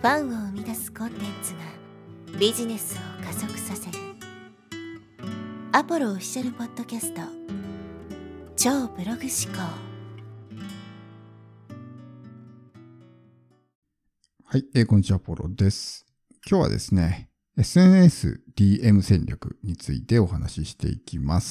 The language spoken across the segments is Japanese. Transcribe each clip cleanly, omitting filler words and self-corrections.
ファンを生み出すコンテンツがビジネスを加速させるアポロオフィシャルポッドキャスト超ブログ思考。 はい、こんにちは、アポロです。今日はですね、SNS DM 戦略についてお話ししていきます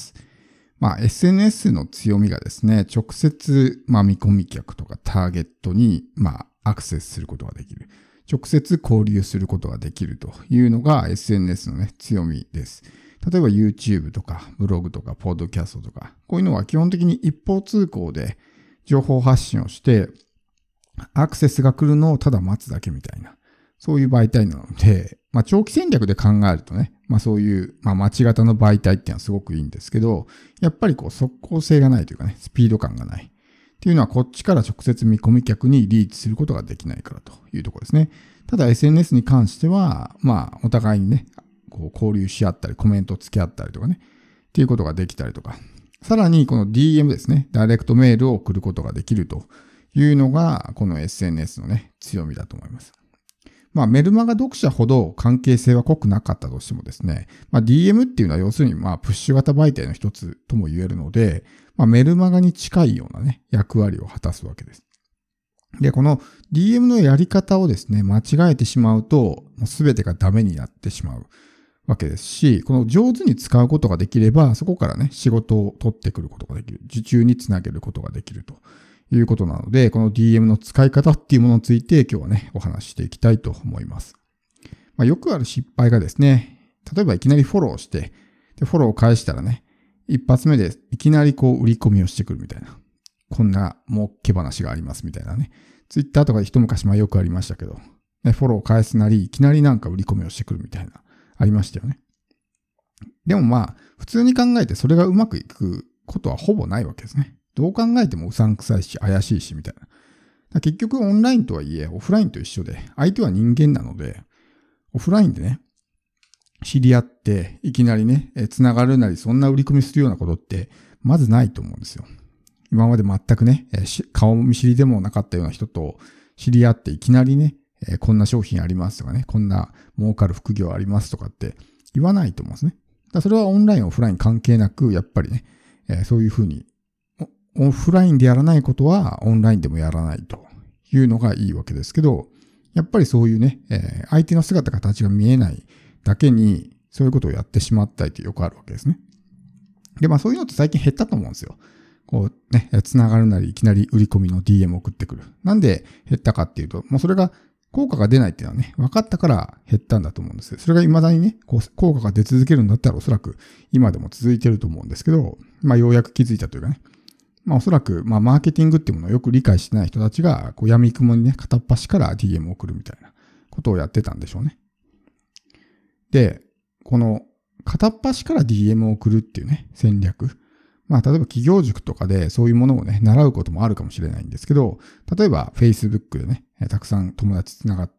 。SNS の強みがですね、直接、見込み客とかターゲットに、アクセスすることができる。直接交流することができるというのが SNS のね、強みです。例えば YouTube とかブログとかポッドキャストとか、こういうのは基本的に一方通行で情報発信をして、アクセスが来るのをただ待つだけみたいな、そういう媒体なので、長期戦略で考えるとね、そういう、街型の媒体っていうのはすごくいいんですけど、やっぱり即効性がないというかね、スピード感がない。っていうのはこっちから直接見込み客にリーチすることができないからというところですね。ただ SNS に関しては、お互いにね、交流し合ったり、コメントを付け合ったりとかね、っていうことができたりとか。さらにこの DM ですね、ダイレクトメールを送ることができるというのが、この SNS のね、強みだと思います。メルマガ読者ほど関係性は濃くなかったとしてもですね、DM っていうのは要するにプッシュ型媒体の一つとも言えるので、メルマガに近いようなね、役割を果たすわけです。で、この DM のやり方をですね、間違えてしまうと、全てがダメになってしまうわけですし、この上手に使うことができれば、そこからね、仕事を取ってくることができる。受注につなげることができるということなので、この DM の使い方っていうものについて今日はね、お話ししていきたいと思います。よくある失敗がですね、例えばいきなりフォローして、でフォローを返したらね、一発目でいきなり売り込みをしてくるみたいな。こんな儲け話がありますみたいなね。ツイッターとかで一昔前よくありましたけど、フォローを返すなり、いきなり売り込みをしてくるみたいな、ありましたよね。でも普通に考えてそれがうまくいくことはほぼないわけですね。どう考えてもうさんくさいし、怪しいし、みたいな。結局オンラインとはいえ、オフラインと一緒で、相手は人間なので、オフラインでね、知り合って、いきなりね、つながるなり、そんな売り込みするようなことって、まずないと思うんですよ。今まで全くね、顔見知りでもなかったような人と知り合って、いきなりね、こんな商品ありますとかね、こんな儲かる副業ありますとかって言わないと思うんですね。それはオンライン、オフライン関係なく、やっぱりね、そういうふうに、オフラインでやらないことはオンラインでもやらないというのがいいわけですけど、やっぱりそういうね、相手の姿形が見えないだけにそういうことをやってしまったりってよくあるわけですね。で、そういうのって最近減ったと思うんですよ。つながるなりいきなり売り込みの DM を送ってくる。なんで減ったかっていうと、もうそれが効果が出ないっていうのはね、分かったから減ったんだと思うんです。それが未だにね、効果が出続けるんだったらおそらく今でも続いてると思うんですけど、ようやく気づいたというかね、おそらく、マーケティングっていうものをよく理解してない人たちが、闇雲にね、片っ端から DM を送るみたいなことをやってたんでしょうね。で、この片っ端から DM を送るっていうね、戦略。例えば企業塾とかでそういうものをね、習うこともあるかもしれないんですけど、例えば Facebook でね、たくさん友達つながって、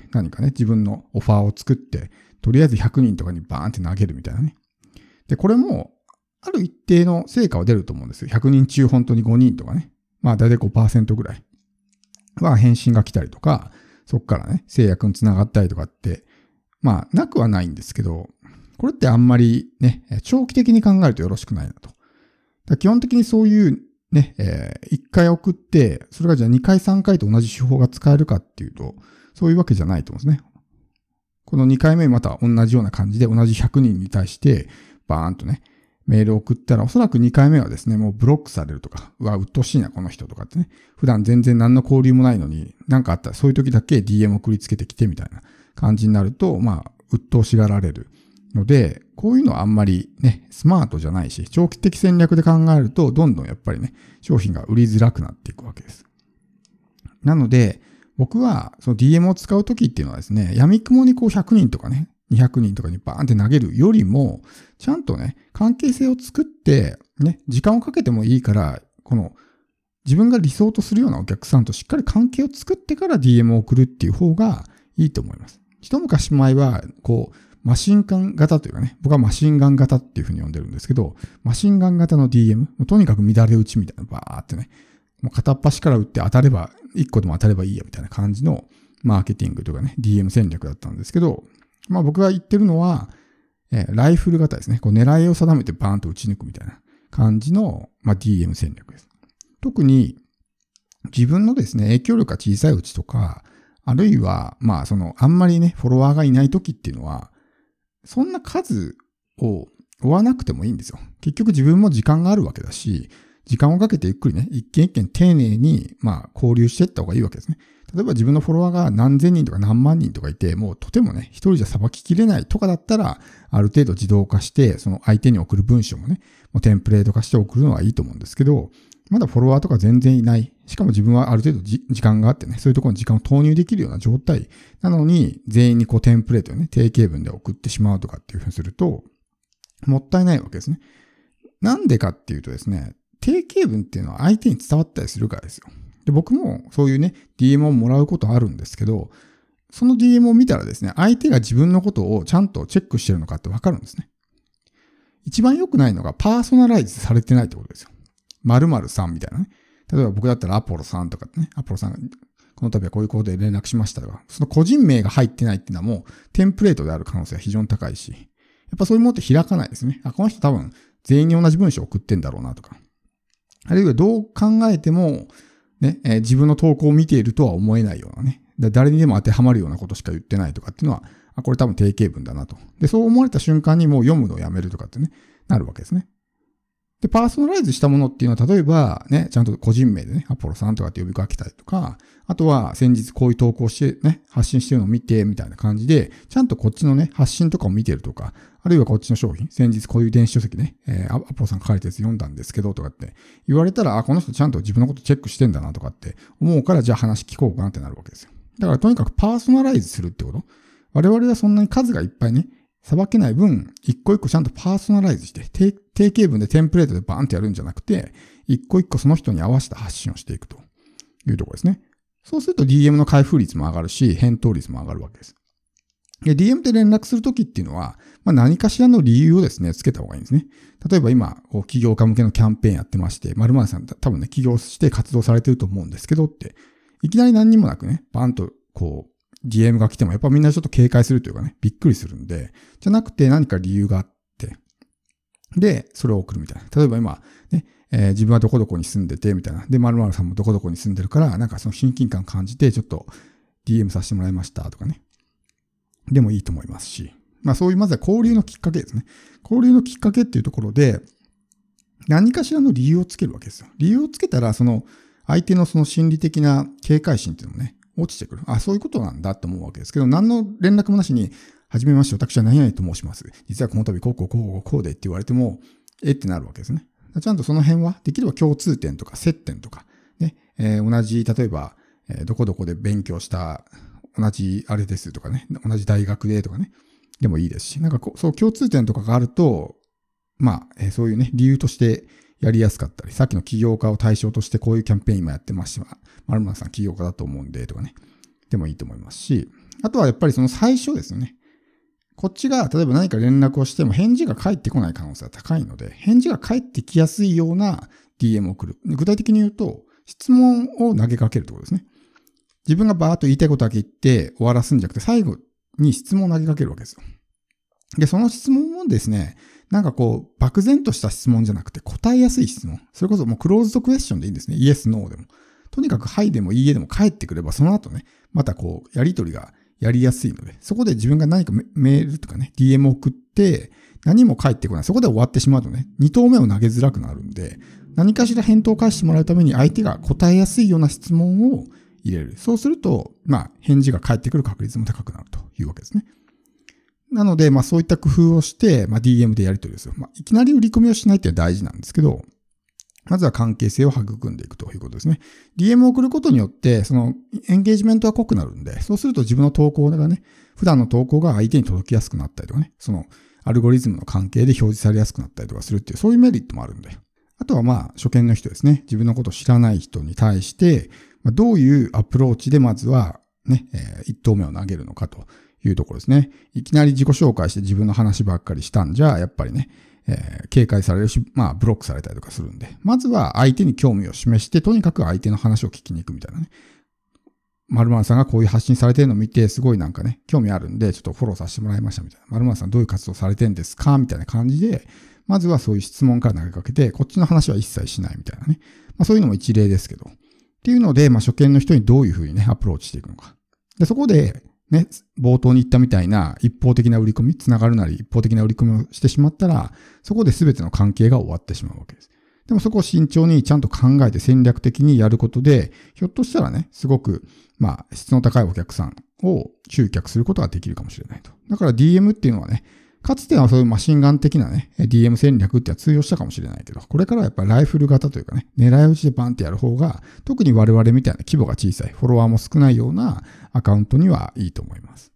何かね、自分のオファーを作って、とりあえず100人とかにバーンって投げるみたいなね。で、これも、ある一定の成果は出ると思うんですよ。100人中本当に5人とかね。だいたい 5% ぐらいは返信が来たりとか、そこからね、制約につながったりとかって、なくはないんですけど、これってあんまりね、長期的に考えるとよろしくないなと。基本的にそういうね、1回送って、それがじゃあ2回3回と同じ手法が使えるかっていうと、そういうわけじゃないと思うんですね。この2回目また同じような感じで同じ100人に対して、バーンとね、メールを送ったらおそらく2回目はですね、もうブロックされるとか、鬱陶しいなこの人とかってね、普段全然何の交流もないのに、なんかあったらそういう時だけ DM 送りつけてきてみたいな感じになると、鬱陶しがられるので、こういうのはあんまりね、スマートじゃないし、長期的戦略で考えると、どんどんやっぱりね、商品が売りづらくなっていくわけです。なので、僕はその DM を使う時っていうのはですね、闇雲に100人とかね、200人とかにバーンって投げるよりも、ちゃんとね、関係性を作って、ね、時間をかけてもいいから、自分が理想とするようなお客さんとしっかり関係を作ってから DM を送るっていう方がいいと思います。一昔前は、マシンガン型というかね、僕はマシンガン型っていう風に呼んでるんですけど、マシンガン型の DM、とにかく乱れ打ちみたいな、バーってね、もう片っ端から打って当たれば、1個でも当たればいいやみたいな感じの、 マーケティングとかね、DM 戦略だったんですけど、まあ僕が言ってるのは、ライフル型ですね。こう狙いを定めてバーンと打ち抜くみたいな感じの、まあ、DM 戦略です。特に自分のですね、影響力が小さいうちとか、あるいは、まああんまりね、フォロワーがいない時っていうのは、そんな数を追わなくてもいいんですよ。結局自分も時間があるわけだし、時間をかけてゆっくりね、一件一件丁寧に、まあ交流していった方がいいわけですね。例えば自分のフォロワーが何千人とか何万人とかいて、もうとてもね、一人じゃさばききれないとかだったら、ある程度自動化して、その相手に送る文章もね、もうテンプレート化して送るのはいいと思うんですけど、まだフォロワーとか全然いない。しかも自分はある程度時間があってね、そういうところに時間を投入できるような状態なのに、全員にこうテンプレートをね、定型文で送ってしまうとかっていうふうにすると、もったいないわけですね。なんでかっていうとですね、定型文っていうのは相手に伝わったりするからですよ。で、僕もそういうね、DM をもらうことあるんですけど、その DM を見たらですね、相手が自分のことをちゃんとチェックしてるのかってわかるんですね。一番良くないのがパーソナライズされてないってことですよ。〇〇さんみたいなね。例えば僕だったらアポロさんとかね、アポロさんがこの度はこういうことで連絡しましたとか、その個人名が入ってないっていうのはもうテンプレートである可能性が非常に高いし、やっぱそういうものって開かないですね。この人多分全員に同じ文章を送ってんだろうなとか。あるいはどう考えても、ね、自分の投稿を見ているとは思えないようなね、誰にでも当てはまるようなことしか言ってないとかっていうのは、これ多分定型文だなと。で、そう思われた瞬間にもう読むのをやめるとかってね、なるわけですね。で、パーソナライズしたものっていうのは、例えばね、ちゃんと個人名でね、アポロさんとかって呼びかけたりとか、あとは先日こういう投稿してね、発信してるのを見て、みたいな感じで、ちゃんとこっちのね、発信とかを見てるとか、あるいはこっちの商品、先日こういう電子書籍ね、アポロさん書かれたやつ読んだんですけど、とかって言われたら、この人ちゃんと自分のことチェックしてんだなとかって思うから、じゃあ話聞こうかなってなるわけですよ。だからとにかくパーソナライズするってこと。我々はそんなに数がいっぱいね、さばけない分、一個一個ちゃんとパーソナライズして、定型文でテンプレートでバーンってやるんじゃなくて、一個一個その人に合わせた発信をしていくというところですね。そうすると DM の開封率も上がるし、返答率も上がるわけです。で、DM で連絡するときっていうのは、何かしらの理由をですね、つけた方がいいんですね。例えば今、起業家向けのキャンペーンやってまして、〇〇さん多分ね、起業して活動されてると思うんですけどって、いきなり何にもなくね、バーンとDM が来てもやっぱみんなちょっと警戒するというかね、びっくりするんで、じゃなくて何か理由があって、で、それを送るみたいな。例えば今、ね、自分はどこどこに住んでて、みたいな。で、〇〇さんもどこどこに住んでるから、なんかその親近感感じて、ちょっと DM させてもらいましたとかね。でもいいと思いますし。そういうまずは交流のきっかけですね。交流のきっかけっていうところで、何かしらの理由をつけるわけですよ。理由をつけたら、その相手のその心理的な警戒心っていうのもね、落ちてくる。そういうことなんだと思うわけですけど、何の連絡もなしに、はじめまして、私は何々と申します。実はこの度こうでって言われても、ってなるわけですね。ちゃんとその辺は、できれば共通点とか接点とか、ね、同じ、例えば、どこどこで勉強した、同じあれですとかね、同じ大学でとかね、でもいいですし、なんかそう共通点とかがあると、そういうね、理由としてやりやすかったり、さっきの起業家を対象としてこういうキャンペーン今やってました。〇〇さん起業家だと思うんで、とかね、でもいいと思いますし、あとはやっぱりその最初ですよね。こっちが例えば何か連絡をしても返事が返ってこない可能性が高いので、返事が返ってきやすいような DM を送る。具体的に言うと、質問を投げかけるところですね。自分がバーッと言いたいことだけ言って終わらすんじゃなくて、最後に質問を投げかけるわけですよ。で、その質問もですね、なんか漠然とした質問じゃなくて答えやすい質問。それこそもうクローズドクエスチョンでいいんですね。イエス、ノーでも。とにかくはいでもいいえでも返ってくれば、その後ね、またやりとりがやりやすいので、そこで自分が何かメールとかね、DM を送って、何も返ってこない。そこで終わってしまうとね、2投目を投げづらくなるんで、何かしら返答を返してもらうために相手が答えやすいような質問を入れる。そうすると、返事が返ってくる確率も高くなるというわけですね。なので、そういった工夫をして、DM でやり取りですよ。いきなり売り込みをしないっていうのは大事なんですけど、まずは関係性を育んでいくということですね。DM を送ることによって、そのエンゲージメントは濃くなるんで、そうすると自分の投稿がね、普段の投稿が相手に届きやすくなったりとかね、そのアルゴリズムの関係で表示されやすくなったりとかするっていう、そういうメリットもあるんで。あとは初見の人ですね。自分のことを知らない人に対して、どういうアプローチでまずはね、一投目を投げるのかというところですね。いきなり自己紹介して自分の話ばっかりしたんじゃ、やっぱりね、警戒されるし、ブロックされたりとかするんで、まずは相手に興味を示して、とにかく相手の話を聞きに行くみたいなね。 〇〇さんがこういう発信されてるのを見て、すごいなんかね、興味あるんで、ちょっとフォローさせてもらいましたみたいな。〇〇さんどういう活動されてるんですかみたいな感じで、まずはそういう質問から投げかけて、こっちの話は一切しないみたいなね。そういうのも一例ですけど。っていうので、初見の人にどういうふうにね、アプローチしていくのか。で、そこで、ね、冒頭に言ったみたいな一方的な売り込み、つながるなり一方的な売り込みをしてしまったら、そこで全ての関係が終わってしまうわけです。でもそこを慎重にちゃんと考えて戦略的にやることで、ひょっとしたらね、すごく、質の高いお客さんを集客することができるかもしれないと。だから DM っていうのはね、かつてはそういうマシンガン的なね、DM 戦略ってのは通用したかもしれないけど、これからはやっぱりライフル型というかね、狙い撃ちでバンってやる方が、特に我々みたいな規模が小さい、フォロワーも少ないようなアカウントにはいいと思います。